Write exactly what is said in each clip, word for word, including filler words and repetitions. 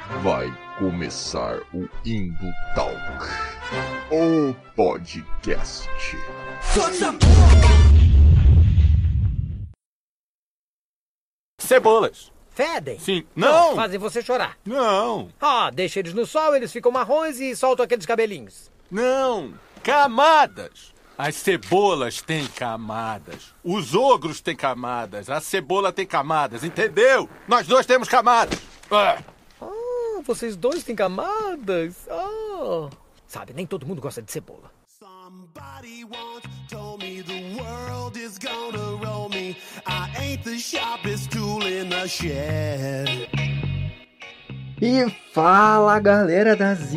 Vai começar o Indo Talk, o podcast. Cebolas. Fedem? Sim. Não! Fazem você chorar. Não! Ah, deixa eles no sol, eles ficam marrons e soltam aqueles cabelinhos. Não! Camadas! As cebolas têm camadas. Os ogros têm camadas. A cebola tem camadas, entendeu? Nós dois temos camadas. Ah. Ah, vocês dois têm camadas? Ah. Sabe, nem todo mundo gosta de cebola. Somebody once told me the world is gonna roll me. I ain't the sharpest tool in the shed. E fala, galera das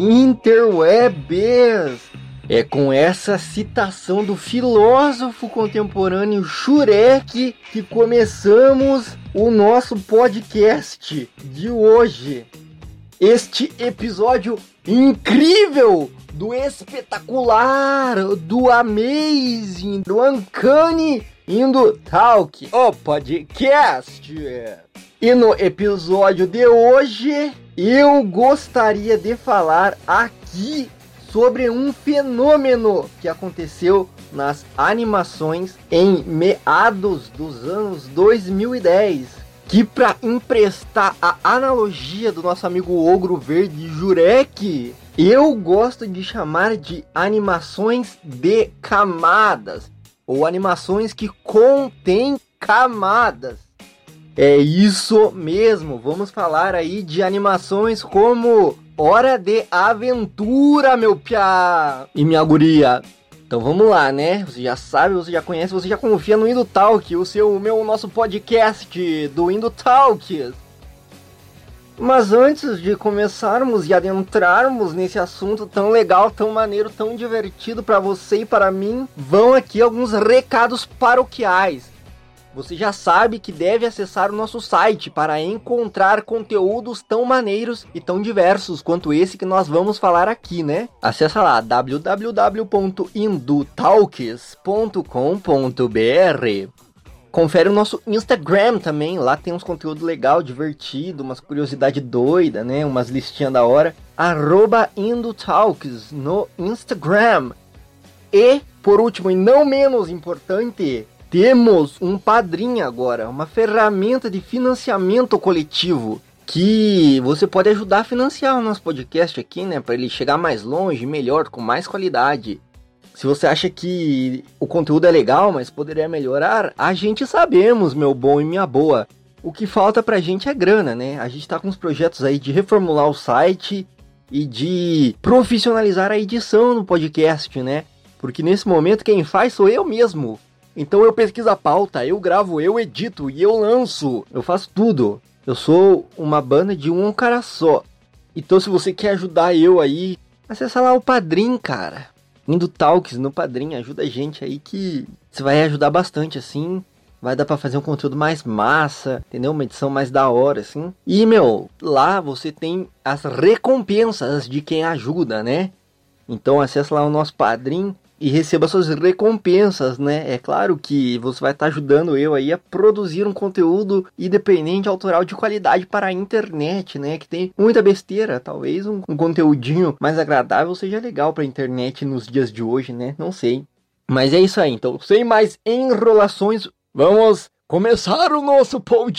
interwebs! É com essa citação do filósofo contemporâneo Shurek que começamos o nosso podcast de hoje. Este episódio incrível, do espetacular, do amazing, do uncanny Indo Talk, o podcast. E no episódio de hoje, eu gostaria de falar aqui sobre um fenômeno que aconteceu nas animações em meados dos anos dois mil e dez, que, para emprestar a analogia do nosso amigo Ogro Verde Jurek, eu gosto de chamar de animações de camadas, ou animações que contêm camadas. É isso mesmo, vamos falar aí de animações como Hora de Aventura, meu piá e minha guria. Então vamos lá, né? Você já sabe, você já conhece, você já confia no Indo Talk, o seu, o meu, o nosso podcast do Indo Talk. Mas antes de começarmos e adentrarmos nesse assunto tão legal, tão maneiro, tão divertido para você e para mim, vão aqui alguns recados paroquiais. Você já sabe que deve acessar o nosso site para encontrar conteúdos tão maneiros e tão diversos quanto esse que nós vamos falar aqui, né? Acessa lá w w w ponto indutalks ponto com ponto b r. Confere o nosso Instagram também, lá tem uns conteúdos legal, divertido, umas curiosidades doidas, né? Umas listinhas da hora. Arroba Indutalks no Instagram. E, por último e não menos importante, temos um padrinho agora, uma ferramenta de financiamento coletivo que você pode ajudar a financiar o nosso podcast aqui, né? Para ele chegar mais longe, melhor, com mais qualidade. Se você acha que o conteúdo é legal, mas poderia melhorar, a gente sabemos, meu bom e minha boa. O que falta pra gente é grana, né? A gente tá com uns projetos aí de reformular o site e de profissionalizar a edição no podcast, né? Porque nesse momento quem faz sou eu mesmo. Então eu pesquiso a pauta, eu gravo, eu edito e eu lanço. Eu faço tudo. Eu sou uma banda de um cara só. Então se você quer ajudar eu aí, acessa lá o Padrim, cara. Indo Talks no Padrim, ajuda a gente aí que você vai ajudar bastante, assim. Vai dar pra fazer um conteúdo mais massa, entendeu? Uma edição mais da hora, assim. E, meu, lá você tem as recompensas de quem ajuda, né? Então acessa lá o nosso Padrim e receba suas recompensas, né? É claro que você vai estar ajudando eu aí a produzir um conteúdo independente, autoral, de qualidade para a internet, né? Que tem muita besteira, talvez um, um conteúdinho mais agradável seja legal para a internet nos dias de hoje, né? Não sei. Mas é isso aí, então, sem mais enrolações, vamos começar o nosso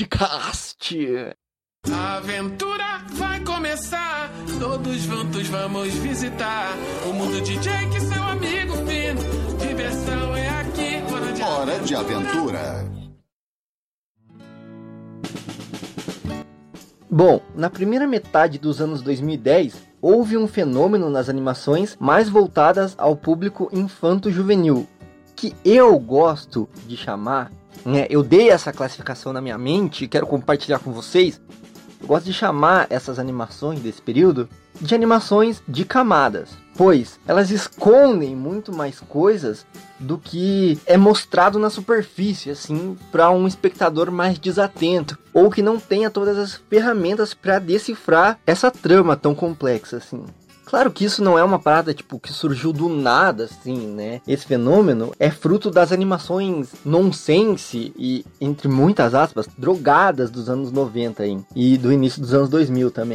podcast. A aventura vai começar, todos juntos vamos visitar o mundo de Jake, seu amigo fino. Diversão é aqui, hora de Hora de aventura. Bom, na primeira metade dos anos dois mil e dez, houve um fenômeno nas animações mais voltadas ao público infanto-juvenil, que eu gosto de chamar, né, eu dei essa classificação na minha mente e quero compartilhar com vocês. Eu gosto de chamar essas animações desse período de animações de camadas, pois elas escondem muito mais coisas do que é mostrado na superfície, assim, para um espectador mais desatento, ou que não tenha todas as ferramentas para decifrar essa trama tão complexa, assim. Claro que isso não é uma parada, tipo, que surgiu do nada, assim, né? Esse fenômeno é fruto das animações nonsense e, entre muitas aspas, drogadas dos anos noventa, hein? E do início dos anos dois mil também.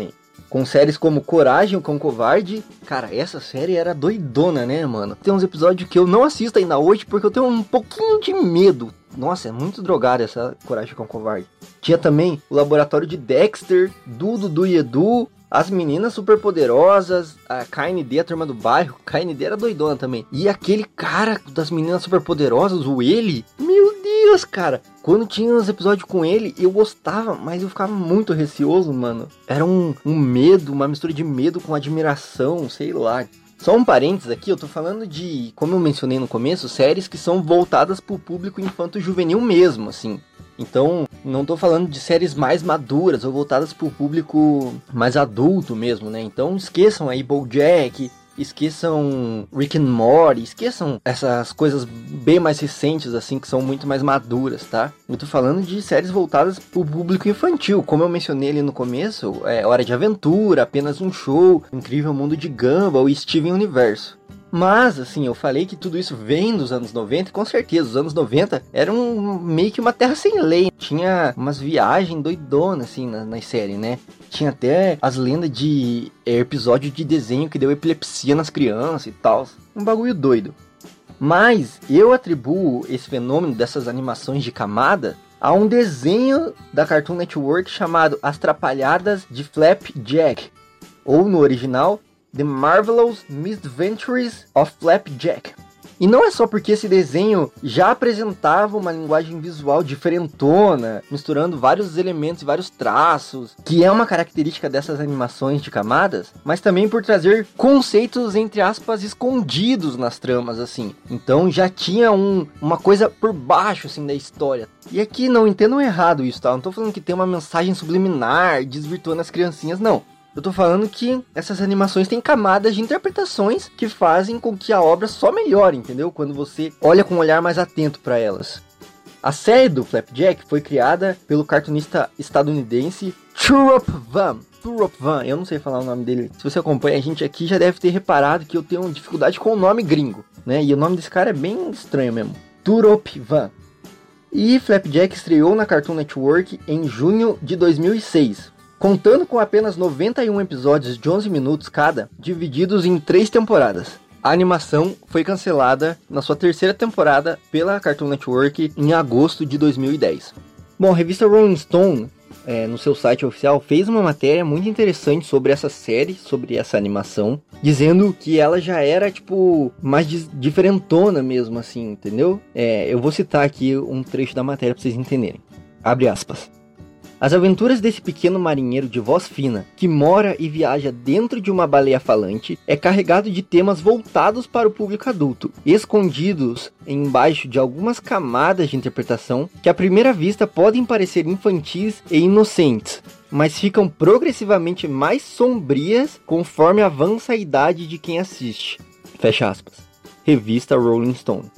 com séries como Coragem, o Cão Covarde. Cara, essa série era doidona, né, mano? Tem uns episódios que eu não assisto ainda hoje porque eu tenho um pouquinho de medo. Nossa, é muito drogada essa Coragem, o Cão Covarde. Tinha também o Laboratório de Dexter, Dudu, Dudu e Edu, As Meninas Superpoderosas, a K N D, a Turma do Bairro. K N D era doidona também. E aquele cara das Meninas Superpoderosas, o Ele, meu Deus, cara. Quando tinha os episódios com ele, eu gostava, mas eu ficava muito receoso, mano. Era um, um medo, uma mistura de medo com admiração, sei lá. Só um parênteses aqui, eu tô falando de, como eu mencionei no começo, séries que são voltadas pro público infanto-juvenil mesmo, assim. Então, não tô falando de séries mais maduras ou voltadas pro público mais adulto mesmo, né? Então, esqueçam aí BoJack, esqueçam Rick and Morty, esqueçam essas coisas bem mais recentes, assim, que são muito mais maduras, tá? Eu tô falando de séries voltadas pro público infantil, como eu mencionei ali no começo, é Hora de Aventura, Apenas um Show, Incrível Mundo de Gumball e Steven Universo. Mas, assim, eu falei que tudo isso vem dos anos noventa, e com certeza, os anos noventa eram meio que uma terra sem lei. Tinha umas viagens doidonas, assim, na, nas séries, né? Tinha até as lendas de é, episódio de desenho que deu epilepsia nas crianças e tal. Um bagulho doido. Mas eu atribuo esse fenômeno dessas animações de camada a um desenho da Cartoon Network chamado As Trapalhadas de Flapjack. Ou, no original, The Marvelous Misadventures of Flapjack. E não é só porque esse desenho já apresentava uma linguagem visual diferentona, misturando vários elementos e vários traços, que é uma característica dessas animações de camadas, mas também por trazer conceitos, entre aspas, escondidos nas tramas, assim. Então já tinha um, uma coisa por baixo, assim, da história. E aqui não entendam errado isso, tá? Não tô falando que tem uma mensagem subliminar, desvirtuando as criancinhas, não. Eu tô falando que essas animações têm camadas de interpretações que fazem com que a obra só melhore, entendeu? Quando você olha com um olhar mais atento para elas. A série do Flapjack foi criada pelo cartunista estadunidense Turrup Van. Turrup Van, eu não sei falar o nome dele. Se você acompanha a gente aqui, já deve ter reparado que eu tenho dificuldade com o nome gringo, né? E o nome desse cara é bem estranho mesmo. Turrup Van. E Flapjack estreou na Cartoon Network em junho de dois mil e seis. Contando com apenas noventa e um episódios de onze minutos cada, divididos em três temporadas. A animação foi cancelada na sua terceira temporada pela Cartoon Network em agosto de dois mil e dez. Bom, a revista Rolling Stone, é, no seu site oficial, fez uma matéria muito interessante sobre essa série, sobre essa animação, dizendo que ela já era, tipo, mais diferentona mesmo, assim, entendeu? É, eu vou citar aqui um trecho da matéria para vocês entenderem. Abre aspas. As aventuras desse pequeno marinheiro de voz fina, que mora e viaja dentro de uma baleia falante, é carregado de temas voltados para o público adulto, escondidos embaixo de algumas camadas de interpretação que à primeira vista podem parecer infantis e inocentes, mas ficam progressivamente mais sombrias conforme avança a idade de quem assiste. Fecha aspas. Revista Rolling Stone.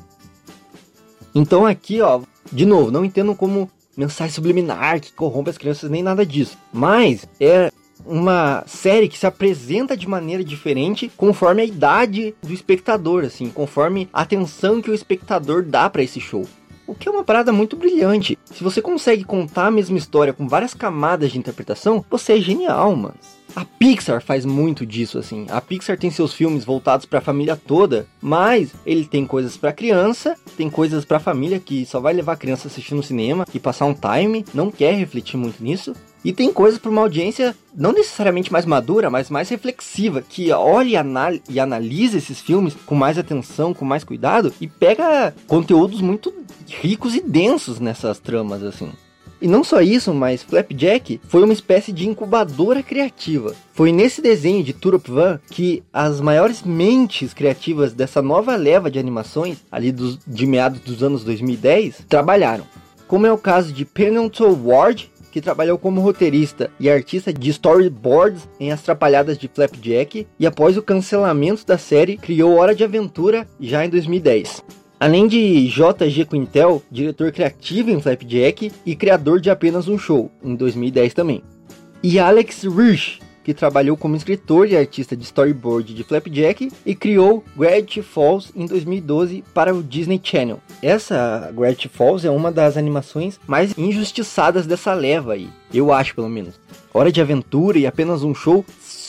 Então aqui, ó, de novo, não entendam como mensagem subliminar que corrompe as crianças, nem nada disso. Mas é uma série que se apresenta de maneira diferente conforme a idade do espectador, assim, conforme a atenção que o espectador dá para esse show. O que é uma parada muito brilhante. Se você consegue contar a mesma história com várias camadas de interpretação, você é genial, mano. A Pixar faz muito disso, assim. A Pixar tem seus filmes voltados para a família toda, mas ele tem coisas para criança, tem coisas para família que só vai levar a criança a assistir no cinema e passar um time, não quer refletir muito nisso. E tem coisas para uma audiência não necessariamente mais madura, mas mais reflexiva, que olha e, anal- e analisa esses filmes com mais atenção, com mais cuidado, e pega conteúdos muito ricos e densos nessas tramas, assim. E não só isso, mas Flapjack foi uma espécie de incubadora criativa. Foi nesse desenho de Turrup Van que as maiores mentes criativas dessa nova leva de animações, ali dos, de meados dos anos dois mil e dez, trabalharam. Como é o caso de Pendleton Ward, que trabalhou como roteirista e artista de storyboards em As Trapalhadas de Flapjack, e após o cancelamento da série, criou Hora de Aventura já em dois mil e dez. Além de J G Quintel, diretor criativo em Flapjack e criador de Apenas um Show, em dois mil e dez também. E Alex Rich, que trabalhou como escritor e artista de storyboard de Flapjack e criou Gravity Falls em dois mil e doze para o Disney Channel. Essa Gravity Falls é uma das animações mais injustiçadas dessa leva aí, eu acho pelo menos. Hora de Aventura e Apenas um Show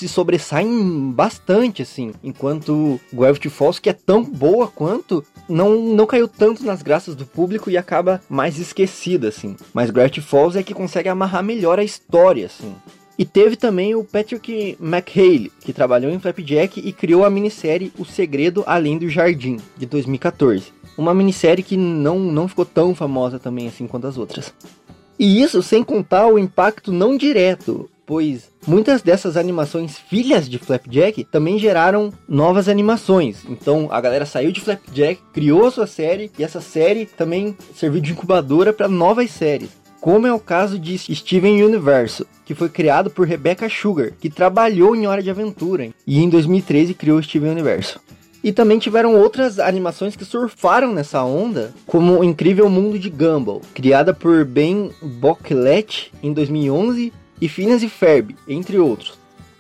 se sobressaem bastante, assim, enquanto Gravity Falls, que é tão boa quanto, não, não caiu tanto nas graças do público e acaba mais esquecida, assim. Mas Gravity Falls é que consegue amarrar melhor a história, assim. E teve também o Patrick McHale, que trabalhou em Flapjack e criou a minissérie O Segredo Além do Jardim, de dois mil e catorze. Uma minissérie que não, não ficou tão famosa também assim quanto as outras. E isso sem contar o impacto não direto, pois muitas dessas animações filhas de Flapjack também geraram novas animações. Então a galera saiu de Flapjack, criou a sua série, e essa série também serviu de incubadora para novas séries. Como é o caso de Steven Universo, que foi criado por Rebecca Sugar, que trabalhou em Hora de Aventura, e em dois mil e treze criou Steven Universo. E também tiveram outras animações que surfaram nessa onda, como O Incrível Mundo de Gumball, criada por Ben Bocquelet em dois mil e onze, e Phineas e Ferb, entre outros.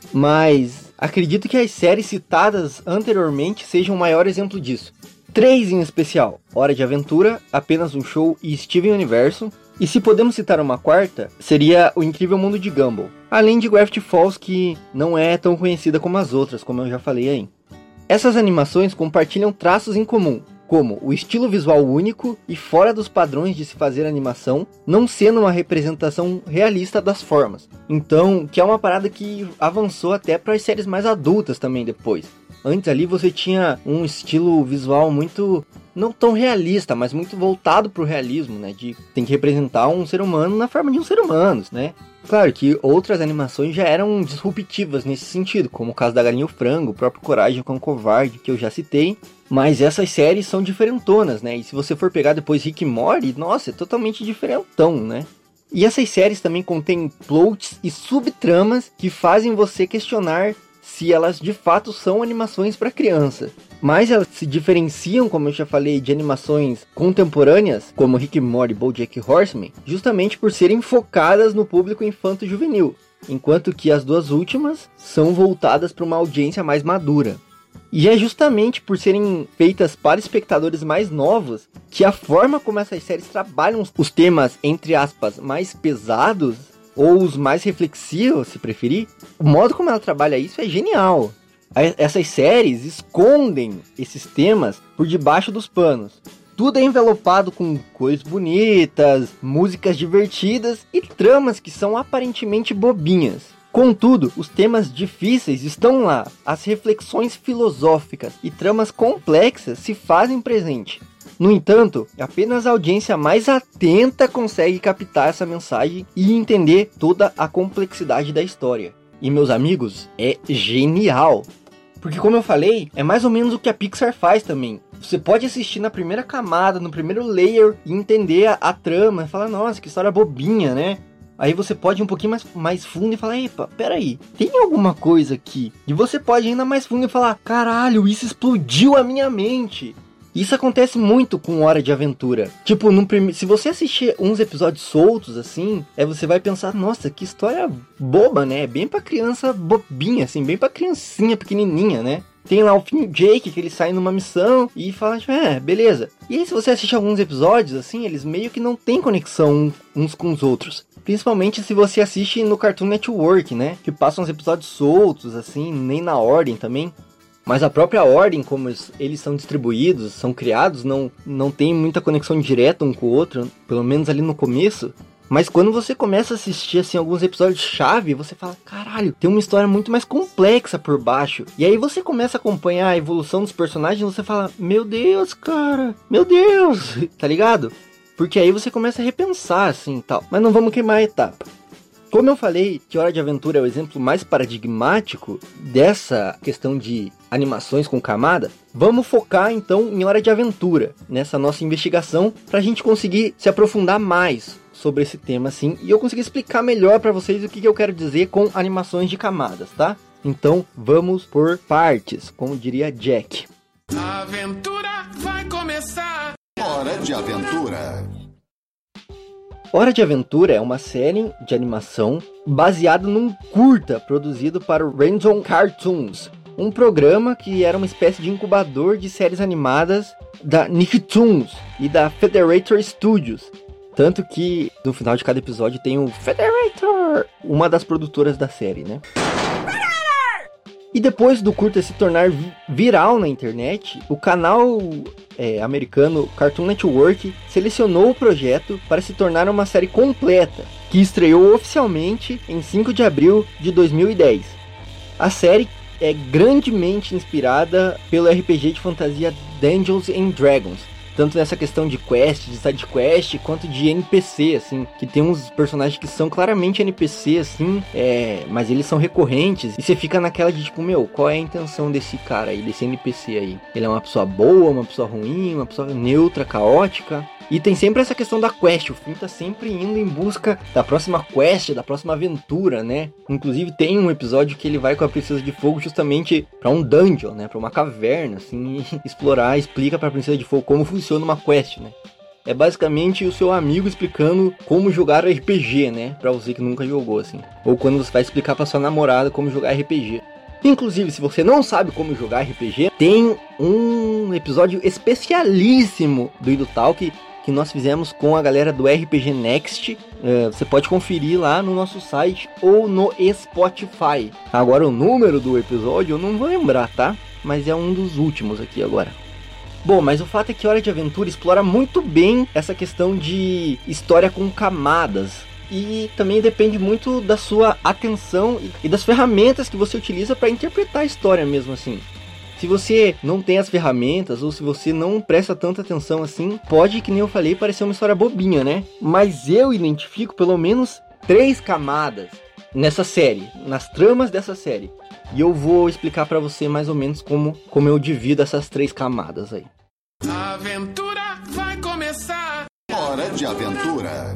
Mas acredito que as séries citadas anteriormente sejam o maior exemplo disso. Três em especial: Hora de Aventura, Apenas um Show e Steven Universo. E se podemos citar uma quarta, seria O Incrível Mundo de Gumball. Além de Gravity Falls, que não é tão conhecida como as outras, como eu já falei aí. Essas animações compartilham traços em comum, como o estilo visual único e fora dos padrões de se fazer animação, não sendo uma representação realista das formas. Então, que é uma parada que avançou até para as séries mais adultas também depois. Antes ali você tinha um estilo visual muito, não tão realista, mas muito voltado para o realismo, né? De tem que representar um ser humano na forma de um ser humano, né? Claro que outras animações já eram disruptivas nesse sentido, como o caso da Galinha e o Frango, o próprio Coragem com o Covarde, que eu já citei. Mas essas séries são diferentonas, né? E se você for pegar depois Rick e Morty, nossa, é totalmente diferentão, né? E essas séries também contêm plots e subtramas que fazem você questionar se elas de fato são animações para criança. Mas elas se diferenciam, como eu já falei, de animações contemporâneas, como Rick e Morty e BoJack Horseman, justamente por serem focadas no público infanto-juvenil, enquanto que as duas últimas são voltadas para uma audiência mais madura. E é justamente por serem feitas para espectadores mais novos que a forma como essas séries trabalham os temas, entre aspas, mais pesados, ou os mais reflexivos, se preferir, o modo como ela trabalha isso é genial. Essas séries escondem esses temas por debaixo dos panos. Tudo é envelopado com cores bonitas, músicas divertidas e tramas que são aparentemente bobinhas. Contudo, os temas difíceis estão lá, as reflexões filosóficas e tramas complexas se fazem presente. No entanto, apenas a audiência mais atenta consegue captar essa mensagem e entender toda a complexidade da história. E meus amigos, é genial! Porque como eu falei, é mais ou menos o que a Pixar faz também. Você pode assistir na primeira camada, no primeiro layer e entender a, a trama e falar, nossa, que história bobinha, né? Aí você pode ir um pouquinho mais, mais fundo e falar, epa, peraí, tem alguma coisa aqui. E você pode ir ainda mais fundo e falar, caralho, isso explodiu a minha mente. Isso acontece muito com Hora de Aventura. Tipo, no prime... se você assistir uns episódios soltos, assim, é você vai pensar, nossa, que história boba, né? Bem pra criança bobinha, assim, bem pra criancinha pequenininha, né? Tem lá o Finn e Jake, que eles saem numa missão e falam, tipo, é, beleza. E aí se você assiste alguns episódios, assim, eles meio que não têm conexão uns com os outros. Principalmente se você assiste no Cartoon Network, né? Que passam os episódios soltos, assim, nem na ordem também. Mas a própria ordem, como eles são distribuídos, são criados, não, não tem muita conexão direta um com o outro, pelo menos ali no começo. Mas quando você começa a assistir assim, alguns episódios-chave, você fala, caralho, tem uma história muito mais complexa por baixo. E aí você começa a acompanhar a evolução dos personagens e você fala, meu Deus, cara, meu Deus, tá ligado? Porque aí você começa a repensar assim e tal. Mas não vamos queimar a etapa. Como eu falei que Hora de Aventura é o exemplo mais paradigmático dessa questão de animações com camada, vamos focar então em Hora de Aventura, nessa nossa investigação, pra gente conseguir se aprofundar mais sobre esse tema assim, e eu conseguir explicar melhor pra vocês o que, que eu quero dizer com animações de camadas, tá? Então vamos por partes, como diria Jack. A aventura vai começar. Hora de Aventura. Hora de Aventura é uma série de animação baseada num curta produzido para o Random Cartoons, um programa que era uma espécie de incubador de séries animadas da Nicktoons e da Federator Studios. Tanto que no final de cada episódio tem o Federator, uma das produtoras da série, né? E depois do curta se tornar vi- viral na internet, o canal é, americano Cartoon Network selecionou o projeto para se tornar uma série completa, que estreou oficialmente em cinco de abril de dois mil e dez. A série é grandemente inspirada pelo R P G de fantasia Dungeons and Dragons, tanto nessa questão de quest, de side quest, quanto de N P C, assim, que tem uns personagens que são claramente N P C, assim, é, mas eles são recorrentes, e você fica naquela de tipo, meu, qual é a intenção desse cara aí, desse N P C aí? Ele é uma pessoa boa, uma pessoa ruim, uma pessoa neutra, caótica? E tem sempre essa questão da quest, o Finn tá sempre indo em busca da próxima quest, da próxima aventura, né? Inclusive tem um episódio que ele vai com a Princesa de Fogo justamente pra um dungeon, né? Pra uma caverna, assim, e explorar, explica pra Princesa de Fogo como funciona uma quest, né? É basicamente o seu amigo explicando como jogar R P G, né? Pra você que nunca jogou, assim. Ou quando você vai explicar pra sua namorada como jogar R P G. Inclusive, se você não sabe como jogar R P G, tem um episódio especialíssimo do EduTalk que nós fizemos com a galera do R P G Next. Uh, você pode conferir lá no nosso site ou no Spotify. Agora o número do episódio eu não vou lembrar, tá? Mas é um dos últimos aqui agora. Bom, mas o fato é que Hora de Aventura explora muito bem essa questão de história com camadas. E também depende muito da sua atenção e das ferramentas que você utiliza para interpretar a história mesmo assim. Se você não tem as ferramentas, ou se você não presta tanta atenção assim, pode, que nem eu falei, parecer uma história bobinha, né? Mas eu identifico pelo menos três camadas nessa série, nas tramas dessa série. E eu vou explicar pra você mais ou menos como, como eu divido essas três camadas aí. A aventura vai começar. Hora de Aventura.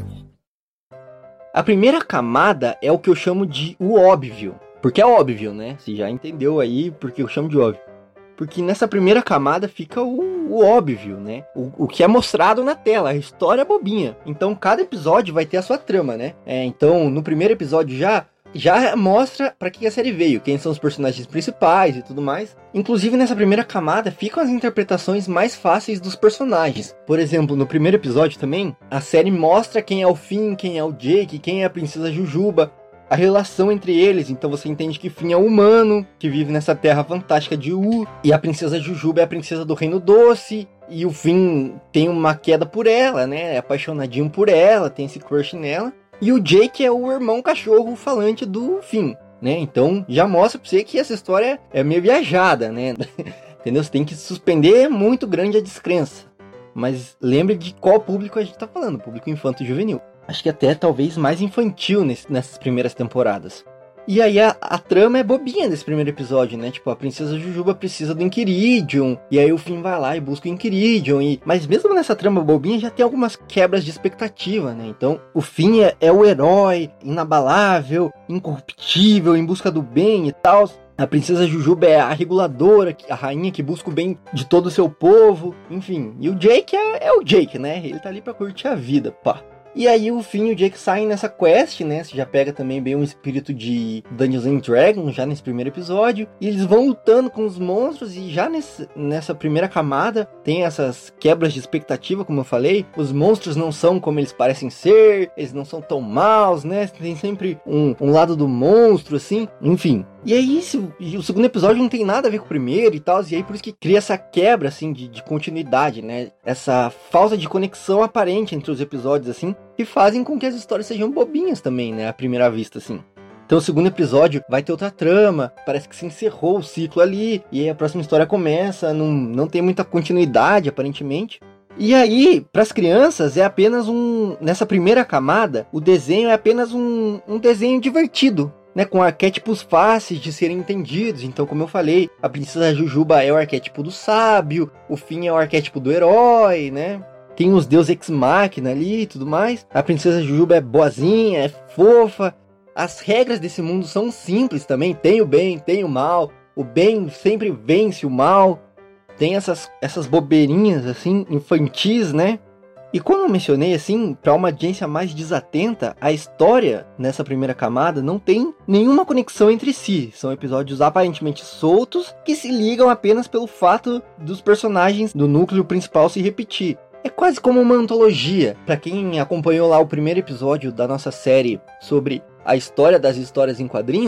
A primeira camada é o que eu chamo de o óbvio. Porque é óbvio, né? Você já entendeu aí porque eu chamo de óbvio. Porque nessa primeira camada fica o, o óbvio, né? O, o que é mostrado na tela, a história é bobinha. Então cada episódio vai ter a sua trama, né? É, então no primeiro episódio já, já mostra pra que a série veio, quem são os personagens principais e tudo mais. Inclusive nessa primeira camada ficam as interpretações mais fáceis dos personagens. Por exemplo, no primeiro episódio também, a série mostra quem é o Finn, quem é o Jake, quem é a Princesa Jujuba. A relação entre eles, então você entende que Finn é um humano, que vive nessa terra fantástica de U, e a Princesa Jujuba é a princesa do Reino Doce, e o Finn tem uma queda por ela, né, é apaixonadinho por ela, tem esse crush nela, e o Jake é o irmão cachorro falante do Finn, né, então já mostra pra você que essa história é meio viajada, né, entendeu, você tem que suspender muito grande a descrença, mas lembre de qual público a gente tá falando, público infanto-juvenil. Acho que até talvez mais infantil nesse, nessas primeiras temporadas. E aí a, a trama é bobinha desse primeiro episódio, né? Tipo, a Princesa Jujuba precisa do Inquiridion. E aí o Finn vai lá e busca o Inquiridion. E... Mas mesmo nessa trama bobinha já tem algumas quebras de expectativa, né? Então o Finn é, é o herói inabalável, incorruptível, em busca do bem e tal. A Princesa Jujuba é a reguladora, a rainha que busca o bem de todo o seu povo. Enfim, e o Jake é, é o Jake, né? Ele tá ali pra curtir a vida, pá. E aí o Finn e o Jake saem nessa quest, né? Você já pega também bem um espírito de Dungeons and Dragons, já nesse primeiro episódio. E eles vão lutando com os monstros e já nesse, nessa primeira camada tem essas quebras de expectativa, como eu falei. Os monstros não são como eles parecem ser, eles não são tão maus, né? Tem sempre um, um lado do monstro, assim. Enfim. E aí se, o segundo episódio não tem nada a ver com o primeiro e tal. E aí por isso que cria essa quebra, assim, de, de continuidade, né? Essa falta de conexão aparente entre os episódios, assim, que fazem com que as histórias sejam bobinhas também, né, à primeira vista, assim. Então o segundo episódio vai ter outra trama, parece que se encerrou o ciclo ali, e aí a próxima história começa, não, não tem muita continuidade, aparentemente. E aí, para as crianças, é apenas um... Nessa primeira camada, o desenho é apenas um, um desenho divertido, né, com arquétipos fáceis de serem entendidos. Então, como eu falei, a Princesa Jujuba é o arquétipo do sábio, o Finn é o arquétipo do herói, né? Tem os Deus Ex Machina ali e tudo mais. A Princesa Jujuba é boazinha, é fofa. As regras desse mundo são simples também. Tem o bem, tem o mal. O bem sempre vence o mal. Tem essas, essas bobeirinhas, assim, infantis, né? E como eu mencionei, assim, para uma audiência mais desatenta, a história nessa primeira camada não tem nenhuma conexão entre si. São episódios aparentemente soltos que se ligam apenas pelo fato dos personagens do núcleo principal se repetir. É quase como uma antologia. Para quem acompanhou lá o primeiro episódio da nossa série sobre a história das histórias em quadrinhos,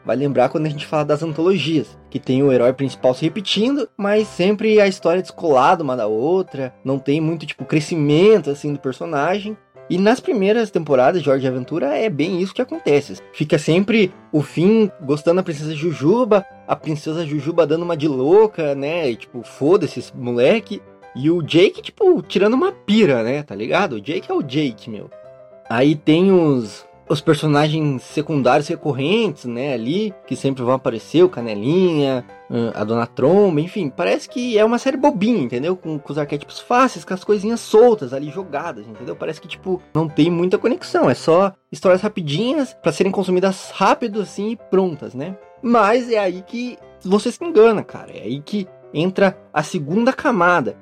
vai lembrar quando a gente fala das antologias, que tem o herói principal se repetindo, mas sempre a história descolada uma da outra, não tem muito, tipo, crescimento, assim, do personagem. E nas primeiras temporadas de Hora de Aventura é bem isso que acontece. Fica sempre o Finn gostando da princesa Jujuba, a princesa Jujuba dando uma de louca, né? E, tipo, foda-se esse moleque. E o Jake, tipo, tirando uma pira, né? Tá ligado? O Jake é o Jake, meu. Aí tem os... os personagens secundários recorrentes, né, ali, que sempre vão aparecer, o Canelinha, a Dona Tromba, enfim, parece que é uma série bobinha, entendeu? Com, com os arquétipos fáceis, com as coisinhas soltas ali, jogadas, entendeu? Parece que, tipo, não tem muita conexão, é só histórias rapidinhas, pra serem consumidas rápido, assim, e prontas, né? Mas é aí que você se engana, cara, é aí que entra a segunda camada.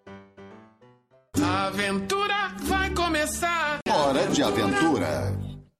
A aventura vai começar! Hora de Aventura.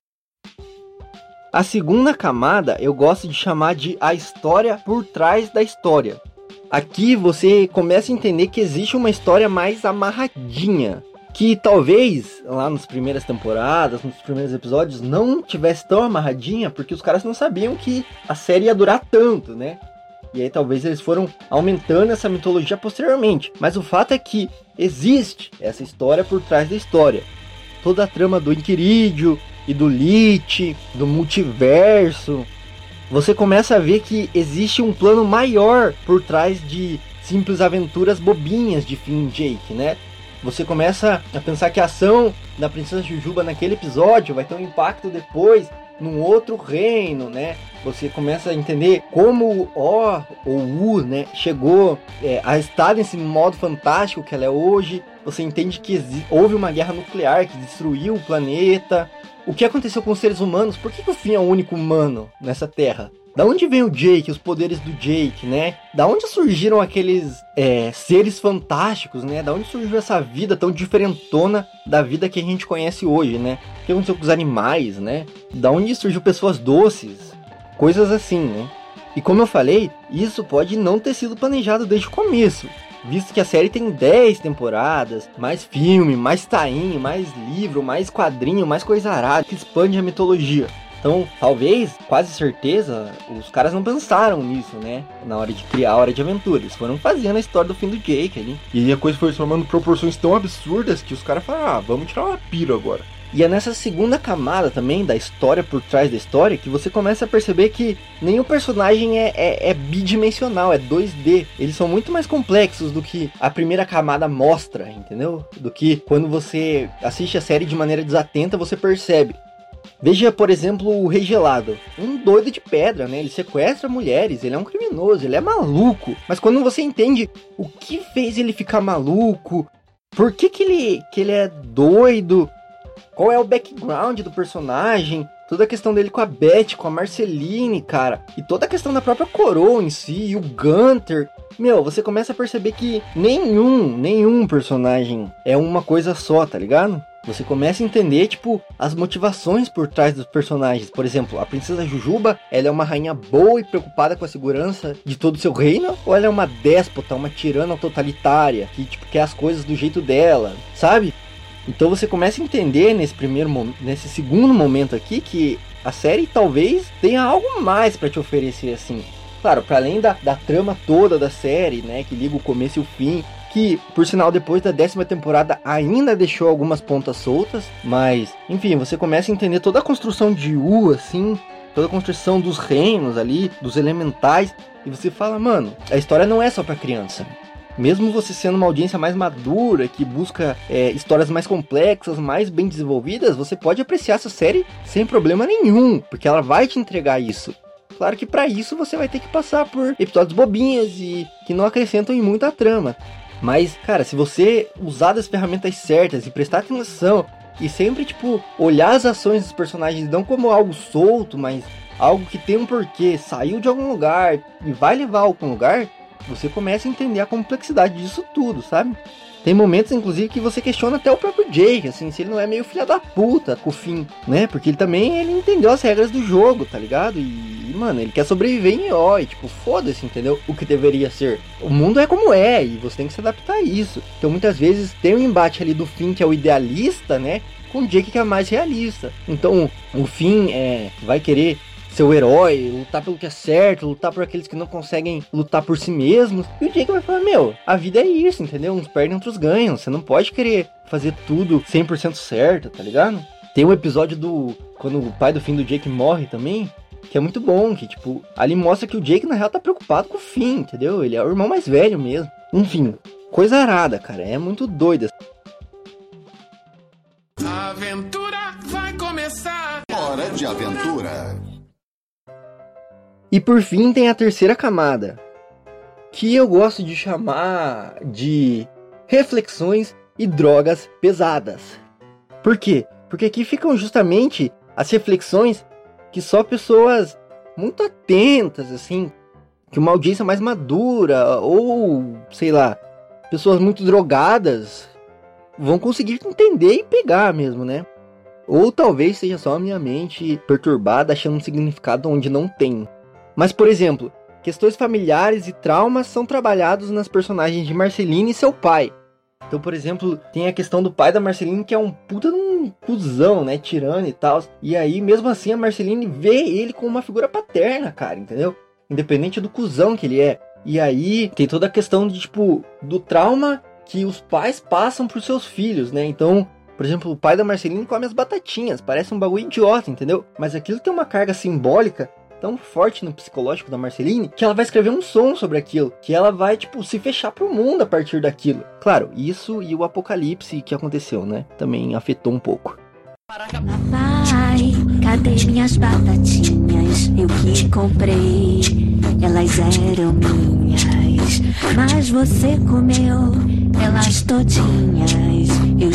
A segunda camada eu gosto de chamar de a história por trás da história. Aqui você começa a entender que existe uma história mais amarradinha, que talvez lá nas primeiras temporadas, nos primeiros episódios, não tivesse tão amarradinha, porque os caras não sabiam que a série ia durar tanto, né? E aí talvez eles foram aumentando essa mitologia posteriormente. Mas o fato é que existe essa história por trás da história. Toda a trama do Inquirídio e do Lich, do multiverso, você começa a ver que existe um plano maior por trás de simples aventuras bobinhas de Finn e Jake, né? Você começa a pensar que a ação da princesa Jujuba naquele episódio vai ter um impacto depois num outro reino, né? Você começa a entender como o O ou U, né, chegou é, a estar nesse modo fantástico que ela é hoje. Você entende que houve uma guerra nuclear que destruiu o planeta. O que aconteceu com os seres humanos? Por que, que o Finn é o único humano nessa Terra? Da onde vem o Jake, os poderes do Jake, né? Da onde surgiram aqueles é, seres fantásticos, né? Da onde surgiu essa vida tão diferentona da vida que a gente conhece hoje, né? O que aconteceu com os animais, né? Da onde surgiu pessoas doces? Coisas assim, né? E como eu falei, isso pode não ter sido planejado desde o começo, visto que a série tem dez temporadas, mais filme, mais tain, mais livro, mais quadrinho, mais coisa arada, que expande a mitologia. Então, talvez, quase certeza, os caras não pensaram nisso, né? Na hora de criar a Hora de Aventura. Eles foram fazendo a história do fim do Jake ali. E a coisa foi tomando proporções tão absurdas que os caras falaram, ah, vamos tirar uma pira agora. E é nessa segunda camada também, da história por trás da história, que você começa a perceber que nenhum personagem é, é, é bidimensional, é dois D. Eles são muito mais complexos do que a primeira camada mostra, entendeu? Do que quando você assiste a série de maneira desatenta, você percebe. Veja, por exemplo, o Rei Gelado. Um doido de pedra, né? Ele sequestra mulheres, ele é um criminoso, ele é maluco. Mas quando você entende o que fez ele ficar maluco, por que que ele, que ele é doido, qual é o background do personagem, toda a questão dele com a Beth, com a Marceline, cara, e toda a questão da própria coroa em si, e o Gunther, meu, você começa a perceber que nenhum, nenhum personagem é uma coisa só, tá ligado? Você começa a entender, tipo, as motivações por trás dos personagens. Por exemplo, a princesa Jujuba, ela é uma rainha boa e preocupada com a segurança de todo o seu reino? Ou ela é uma déspota, uma tirana totalitária, que, tipo, quer as coisas do jeito dela, sabe? Então você começa a entender nesse primeiro nesse segundo momento aqui que a série talvez tenha algo mais para te oferecer, assim. Claro, para além da, da trama toda da série, né, que liga o começo e o fim, que, por sinal, depois da décima temporada ainda deixou algumas pontas soltas, mas, enfim, você começa a entender toda a construção de U, assim, toda a construção dos reinos ali, dos elementais, e você fala, mano, a história não é só pra criança. Mesmo você sendo uma audiência mais madura, que busca é, histórias mais complexas, mais bem desenvolvidas, você pode apreciar essa série sem problema nenhum, porque ela vai te entregar isso. Claro que pra isso você vai ter que passar por episódios bobinhas e que não acrescentam em muito a trama. Mas, cara, se você usar das ferramentas certas e prestar atenção e sempre, tipo, olhar as ações dos personagens não como algo solto, mas algo que tem um porquê, saiu de algum lugar e vai levar a algum lugar, você começa a entender a complexidade disso tudo, sabe? Tem momentos, inclusive, que você questiona até o próprio Jake, assim, se ele não é meio filha da puta com o Finn, né? Porque ele também, ele entendeu as regras do jogo, tá ligado? E, mano, ele quer sobreviver em O, e, tipo, foda-se, entendeu? O que deveria ser. O mundo é como é, e você tem que se adaptar a isso. Então, muitas vezes, tem um embate ali do Finn, que é o idealista, né? Com o Jake, que é mais realista. Então, o Finn é, vai querer ser o herói, lutar pelo que é certo, lutar por aqueles que não conseguem lutar por si mesmos. E o Jake vai falar, meu, a vida é isso, entendeu? Uns perdem, outros ganham. Você não pode querer fazer tudo cem por cento certo, tá ligado? Tem um episódio do... quando o pai do Finn do Jake morre também, que é muito bom, que tipo, ali mostra que o Jake na real tá preocupado com o Finn, entendeu? Ele é o irmão mais velho mesmo. Enfim, coisa arada, cara, é muito doida. A aventura vai começar. Hora de aventura. E por fim tem a terceira camada, que eu gosto de chamar de reflexões e drogas pesadas. Por quê? Porque aqui ficam justamente as reflexões que só pessoas muito atentas, assim, que uma audiência mais madura, ou, sei lá, pessoas muito drogadas, vão conseguir entender e pegar mesmo, né? Ou talvez seja só a minha mente perturbada achando um significado onde não tem. Mas, por exemplo, questões familiares e traumas são trabalhados nas personagens de Marceline e seu pai. Então, por exemplo, tem a questão do pai da Marceline, que é um puta de um cuzão, né, tirano e tal. E aí, mesmo assim, a Marceline vê ele como uma figura paterna, cara, entendeu? Independente do cuzão que ele é. E aí, tem toda a questão de, tipo, do trauma que os pais passam pros seus filhos, né? Então, por exemplo, o pai da Marceline come as batatinhas, parece um bagulho idiota, entendeu? Mas aquilo tem uma carga simbólica tão forte no psicológico da Marceline, que ela vai escrever um som sobre aquilo, que ela vai, tipo, se fechar pro mundo a partir daquilo. Claro, isso e o apocalipse que aconteceu, né? Também afetou um pouco. Papai, cadê minhas batatinhas? Eu que comprei, elas eram minhas, mas você comeu elas todinhas. Eu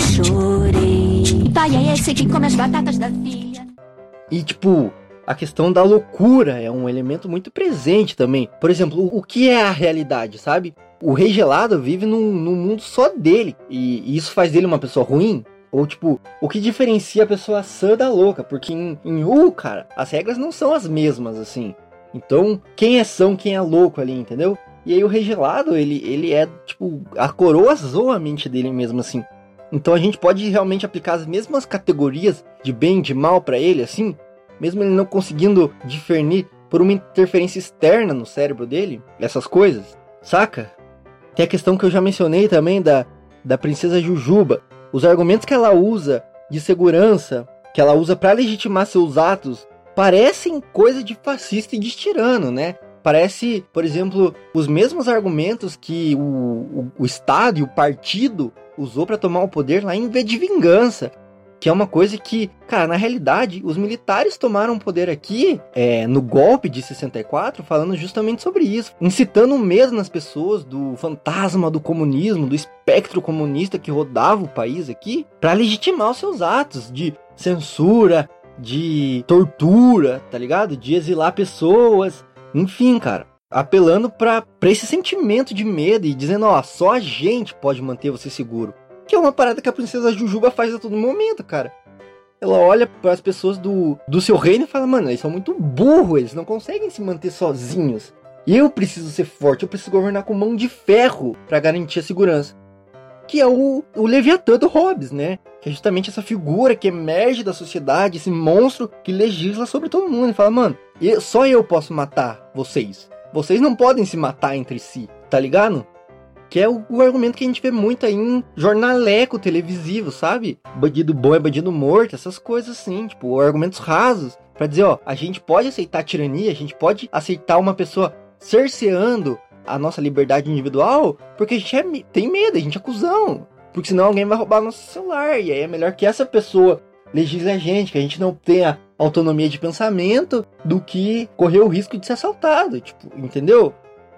chorei. Pai, é esse que come as batatas da filha. E, tipo, a questão da loucura é um elemento muito presente também. Por exemplo, o que é a realidade, sabe? O Rei Gelado vive num, num mundo só dele. E, e isso faz dele uma pessoa ruim? Ou, tipo, o que diferencia a pessoa sã da louca? Porque em, em U, cara, as regras não são as mesmas, assim. Então, quem é são, quem é louco ali, entendeu? E aí o Rei Gelado, ele, ele é, tipo, a coroa zoa a mente dele mesmo, assim. Então a gente pode realmente aplicar as mesmas categorias de bem e de mal pra ele, assim, mesmo ele não conseguindo discernir por uma interferência externa no cérebro dele, essas coisas, saca? Tem a questão que eu já mencionei também da, da princesa Jujuba. Os argumentos que ela usa de segurança, que ela usa pra legitimar seus atos, parecem coisa de fascista e de tirano, né? Parece, por exemplo, os mesmos argumentos que o, o, o Estado e o partido usou pra tomar o poder lá em V de Vingança. Que é uma coisa que, cara, na realidade, os militares tomaram o poder aqui, é, no golpe de sessenta e quatro, falando justamente sobre isso. Incitando medo nas pessoas do fantasma do comunismo, do espectro comunista que rodava o país aqui, pra legitimar os seus atos de censura, de tortura, tá ligado? De exilar pessoas, enfim, cara. Apelando pra, pra esse sentimento de medo e dizendo, ó, só a gente pode manter você seguro. Que é uma parada que a princesa Jujuba faz a todo momento, cara. Ela olha para as pessoas do, do seu reino e fala, mano, eles são muito burros, eles não conseguem se manter sozinhos. E eu preciso ser forte, eu preciso governar com mão de ferro para garantir a segurança. Que é o, o Leviatã do Hobbes, né? Que é justamente essa figura que emerge da sociedade, esse monstro que legisla sobre todo mundo. E fala, mano, eu, só eu posso matar vocês. Vocês não podem se matar entre si, tá ligado? Que é o, o argumento que a gente vê muito aí em jornaleco televisivo, sabe? Bandido bom é bandido morto, essas coisas assim, tipo, argumentos rasos. Pra dizer, ó, a gente pode aceitar a tirania, a gente pode aceitar uma pessoa cerceando a nossa liberdade individual, porque a gente é, tem medo, a gente é cuzão. Porque senão alguém vai roubar nosso celular, e aí é melhor que essa pessoa legisle a gente, que a gente não tenha autonomia de pensamento, do que correr o risco de ser assaltado, tipo, entendeu?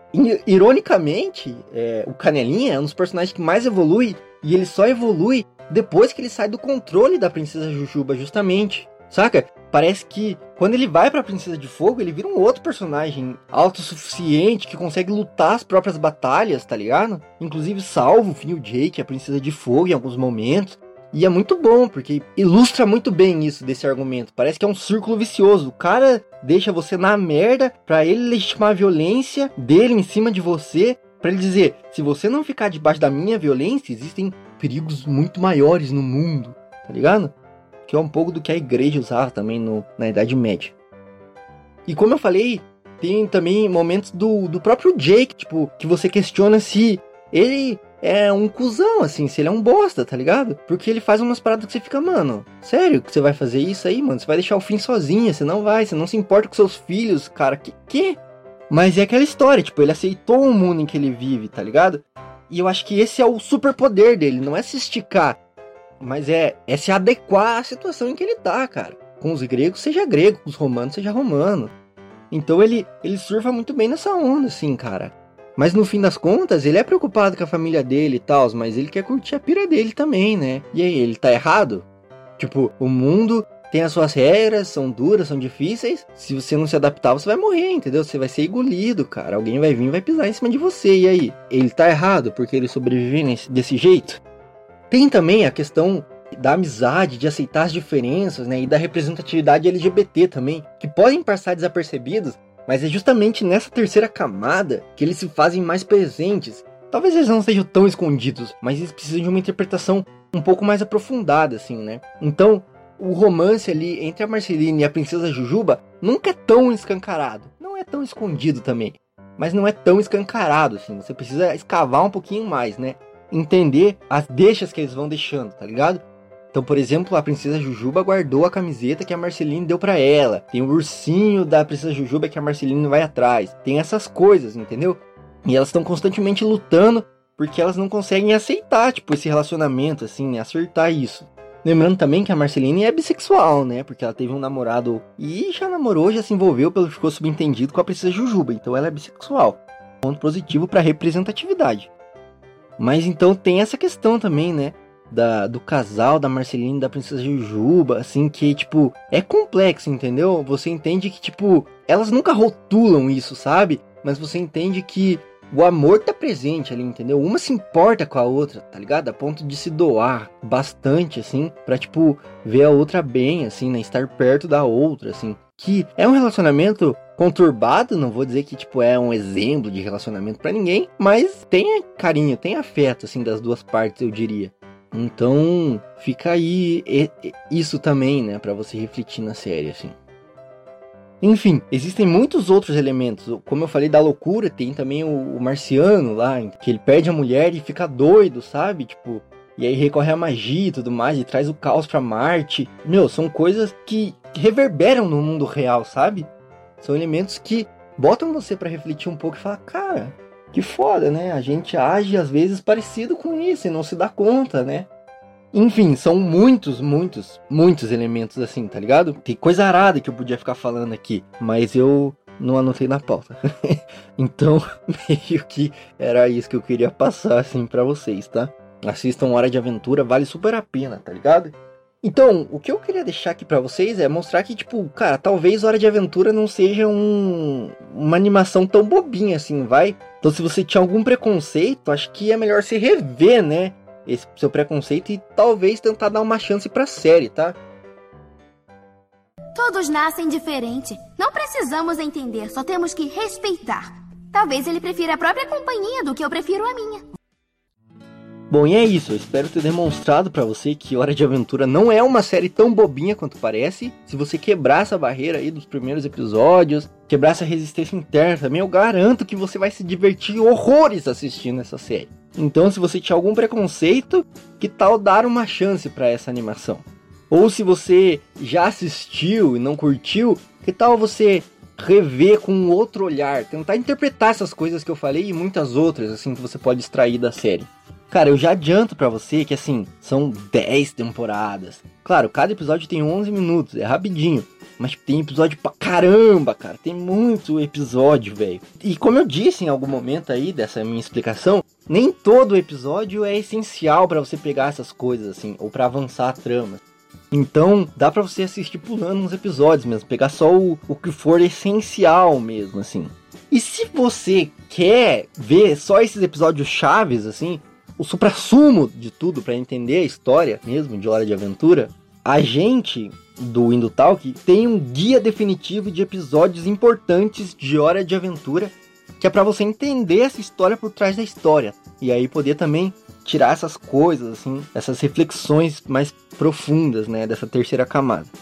Ironicamente, é, o Canelinha é um dos personagens que mais evolui, e ele só evolui depois que ele sai do controle da Princesa Jujuba, justamente, saca? Parece que quando ele vai pra Princesa de Fogo, ele vira um outro personagem autossuficiente, que consegue lutar as próprias batalhas, tá ligado? Inclusive salva o Finn e o Jake, a Princesa de Fogo, em alguns momentos. E é muito bom, porque ilustra muito bem isso desse argumento. Parece que é um círculo vicioso. O cara deixa você na merda pra ele legitimar a violência dele em cima de você, pra ele dizer, se você não ficar debaixo da minha violência, existem perigos muito maiores no mundo, tá ligado? Que é um pouco do que a igreja usava também no, na Idade Média. E como eu falei, tem também momentos do, do próprio Jake, tipo, que você questiona se ele é um cuzão, assim, se ele é um bosta, tá ligado? Porque ele faz umas paradas que você fica, mano, sério que você vai fazer isso aí, mano? Você vai deixar o Finn sozinha, você não vai, você não se importa com seus filhos, cara, que que? Mas é aquela história, tipo, ele aceitou o mundo em que ele vive, tá ligado? E eu acho que esse é o superpoder dele, não é se esticar, mas é, é se adequar à situação em que ele tá, cara. Com os gregos, seja grego, com os romanos, seja romano. Então ele, ele surfa muito bem nessa onda, assim, cara. Mas no fim das contas, ele é preocupado com a família dele e tal, mas ele quer curtir a pira dele também, né? E aí, ele tá errado? Tipo, o mundo tem as suas regras, são duras, são difíceis. Se você não se adaptar, você vai morrer, entendeu? Você vai ser engolido, cara. Alguém vai vir e vai pisar em cima de você. E aí, ele tá errado porque ele sobrevive nesse, desse jeito? Tem também a questão da amizade, de aceitar as diferenças, né? E da representatividade L G B T também, que podem passar desapercebidos, mas é justamente nessa terceira camada que eles se fazem mais presentes. Talvez eles não sejam tão escondidos, mas eles precisam de uma interpretação um pouco mais aprofundada, assim, né? Então, o romance ali entre a Marceline e a Princesa Jujuba nunca é tão escancarado. Não é tão escondido também, mas não é tão escancarado, assim. Você precisa escavar um pouquinho mais, né? Entender as deixas que eles vão deixando, tá ligado? Então, por exemplo, a Princesa Jujuba guardou a camiseta que a Marceline deu pra ela. Tem o ursinho da Princesa Jujuba que a Marceline vai atrás. Tem essas coisas, entendeu? E elas estão constantemente lutando porque elas não conseguem aceitar, tipo, esse relacionamento, assim, né? Acertar isso. Lembrando também que a Marceline é bissexual, né? Porque ela teve um namorado e já namorou, já se envolveu, pelo que ficou subentendido, com a Princesa Jujuba. Então ela é bissexual. Ponto positivo pra representatividade. Mas então tem essa questão também, né? Da, do casal da Marceline e da Princesa Jujuba, assim, que, tipo, é complexo, entendeu? Você entende que, tipo, elas nunca rotulam isso, sabe? Mas você entende que o amor tá presente ali, entendeu? Uma se importa com a outra, tá ligado? A ponto de se doar bastante, assim, pra, tipo, ver a outra bem, assim, né? Estar perto da outra, assim. Que é um relacionamento conturbado, não vou dizer que, tipo, é um exemplo de relacionamento pra ninguém, mas tem carinho, tem afeto, assim, das duas partes, eu diria. Então, fica aí isso também, né, pra você refletir na série, assim. Enfim, existem muitos outros elementos. Como eu falei da loucura, tem também o, o marciano lá, que ele perde a mulher e fica doido, sabe? Tipo, e aí recorre à magia e tudo mais, e traz o caos pra Marte. Meu, são coisas que reverberam no mundo real, sabe? São elementos que botam você pra refletir um pouco e falar, cara, que foda, né? A gente age às vezes parecido com isso e não se dá conta, né? Enfim, são muitos, muitos, muitos elementos assim, tá ligado? Tem coisa arada que eu podia ficar falando aqui, mas eu não anotei na pauta. Então, meio que era isso que eu queria passar assim pra vocês, tá? Assistam Hora de Aventura, vale super a pena, tá ligado? Então, o que eu queria deixar aqui pra vocês é mostrar que, tipo, cara, talvez Hora de Aventura não seja um, uma animação tão bobinha assim, vai? Então, se você tinha algum preconceito, acho que é melhor se rever, né? Esse seu preconceito e talvez tentar dar uma chance pra série, tá? Todos nascem diferente. Não precisamos entender, só temos que respeitar. Talvez ele prefira a própria companhia do que eu prefiro a minha. Bom, e é isso, eu espero ter demonstrado pra você que Hora de Aventura não é uma série tão bobinha quanto parece. Se você quebrar essa barreira aí dos primeiros episódios, quebrar essa resistência interna também, eu garanto que você vai se divertir horrores assistindo essa série. Então, se você tinha algum preconceito, que tal dar uma chance pra essa animação? Ou se você já assistiu e não curtiu, que tal você rever com um outro olhar, tentar interpretar essas coisas que eu falei e muitas outras, assim, que você pode extrair da série. Cara, eu já adianto pra você que, assim, são dez temporadas. Claro, cada episódio tem onze minutos, é rapidinho. Mas tem episódio pra caramba, cara. Tem muito episódio, velho. E como eu disse em algum momento aí dessa minha explicação, nem todo episódio é essencial pra você pegar essas coisas, assim, ou pra avançar a trama. Então, dá pra você assistir pulando uns episódios mesmo, pegar só o, o que for essencial mesmo, assim. E se você quer ver só esses episódios chaves, assim, o suprassumo de tudo pra entender a história mesmo de Hora de Aventura, a gente do Indutalk tem um guia definitivo de episódios importantes de Hora de Aventura, que é pra você entender essa história por trás da história, e aí poder também tirar essas coisas, assim, essas reflexões mais profundas, né, dessa terceira camada.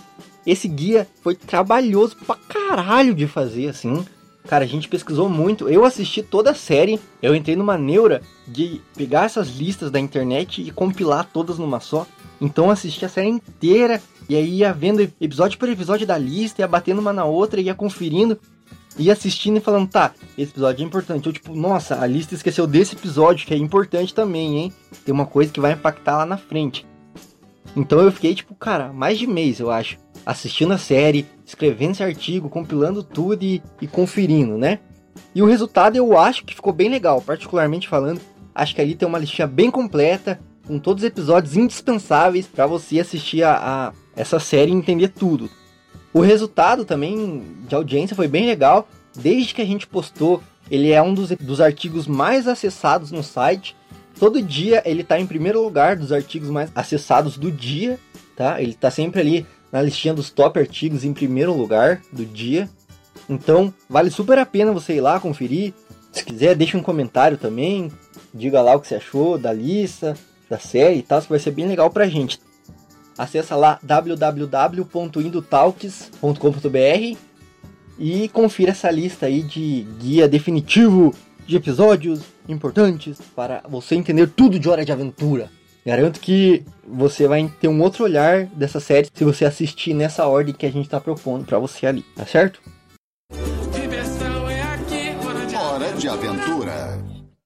esse guia foi trabalhoso pra caralho de fazer, assim. Cara, a gente pesquisou muito. Eu assisti toda a série. Eu entrei numa neura de pegar essas listas da internet e compilar todas numa só. Então eu assisti a série inteira. E aí ia vendo episódio por episódio da lista, ia batendo uma na outra, ia conferindo, ia assistindo e falando, tá, esse episódio é importante. Eu tipo, nossa, a lista esqueceu desse episódio, que é importante também, hein? Tem uma coisa que vai impactar lá na frente. Então eu fiquei, tipo, cara, mais de mês, eu acho, assistindo a série, escrevendo esse artigo, compilando tudo e, e conferindo, né? E o resultado eu acho que ficou bem legal, particularmente falando. Acho que ali tem uma listinha bem completa, com todos os episódios indispensáveis para você assistir a, a essa série e entender tudo. O resultado também de audiência foi bem legal. Desde que a gente postou, ele é um dos, dos artigos mais acessados no site. Todo dia ele está em primeiro lugar dos artigos mais acessados do dia, tá? Ele está sempre ali na listinha dos top artigos em primeiro lugar do dia. Então, vale super a pena você ir lá conferir. Se quiser, deixa um comentário também. Diga lá o que você achou da lista, da série e tal, isso vai ser bem legal pra gente. Acessa lá w w w ponto indotalks ponto com ponto b r e confira essa lista aí de guia definitivo de episódios importantes para você entender tudo de Hora de Aventura. Garanto que você vai ter um outro olhar dessa série se você assistir nessa ordem que a gente está propondo para você ali, tá certo? Diversão é aqui, hora de Hora de Aventura.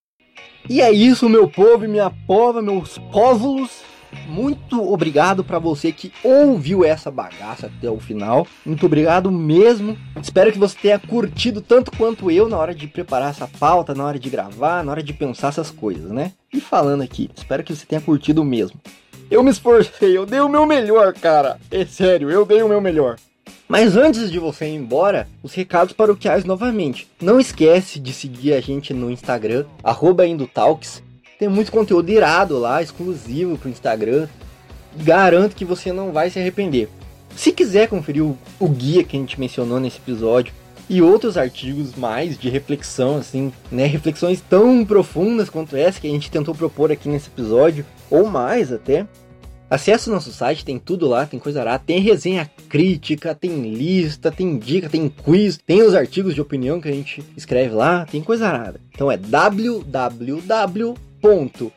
E é isso, meu povo e minha pova, meus póvulos. Muito obrigado para você que ouviu essa bagaça até o final. Muito obrigado mesmo. Espero que você tenha curtido tanto quanto eu na hora de preparar essa pauta, na hora de gravar, na hora de pensar essas coisas, né? E falando aqui, espero que você tenha curtido mesmo. Eu me esforcei, eu dei o meu melhor, cara. É sério, eu dei o meu melhor. Mas antes de você ir embora, os recados paroquiais novamente. Não esquece de seguir a gente no Instagram, arroba indotalks. Tem muito conteúdo irado lá, exclusivo pro Instagram. Garanto que você não vai se arrepender. Se quiser conferir o, o guia que a gente mencionou nesse episódio e outros artigos mais de reflexão, assim, né? Reflexões tão profundas quanto essa que a gente tentou propor aqui nesse episódio, ou mais até. Acesse o nosso site, tem tudo lá, tem coisa arada, tem resenha crítica, tem lista, tem dica, tem quiz, tem os artigos de opinião que a gente escreve lá, tem coisa arada. Então é w w w ponto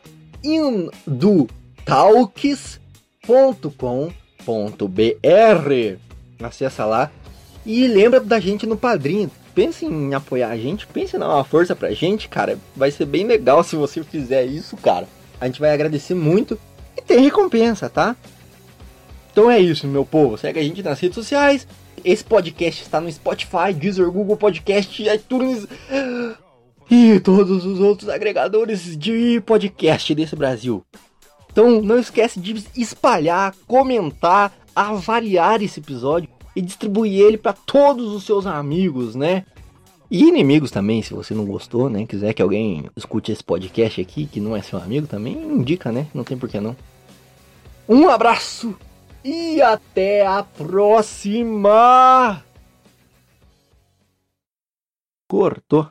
indotalks ponto com ponto b r. Acessa lá e lembra da gente no Padrinho. Pense em apoiar a gente, pense em dar uma força pra gente, cara. Vai ser bem legal se você fizer isso, cara. A gente vai agradecer muito e tem recompensa, tá? Então é isso, meu povo. Segue a gente nas redes sociais. Esse podcast está no Spotify, Deezer, Google Podcast, iTunes e todos os outros agregadores de podcast desse Brasil. Então não esquece de espalhar, comentar, avaliar esse episódio e distribuir ele para todos os seus amigos, né? E inimigos também, se você não gostou, né? Quiser que alguém escute esse podcast aqui, que não é seu amigo também, indica, né? Não tem porquê não. Um abraço e até a próxima! Cortou.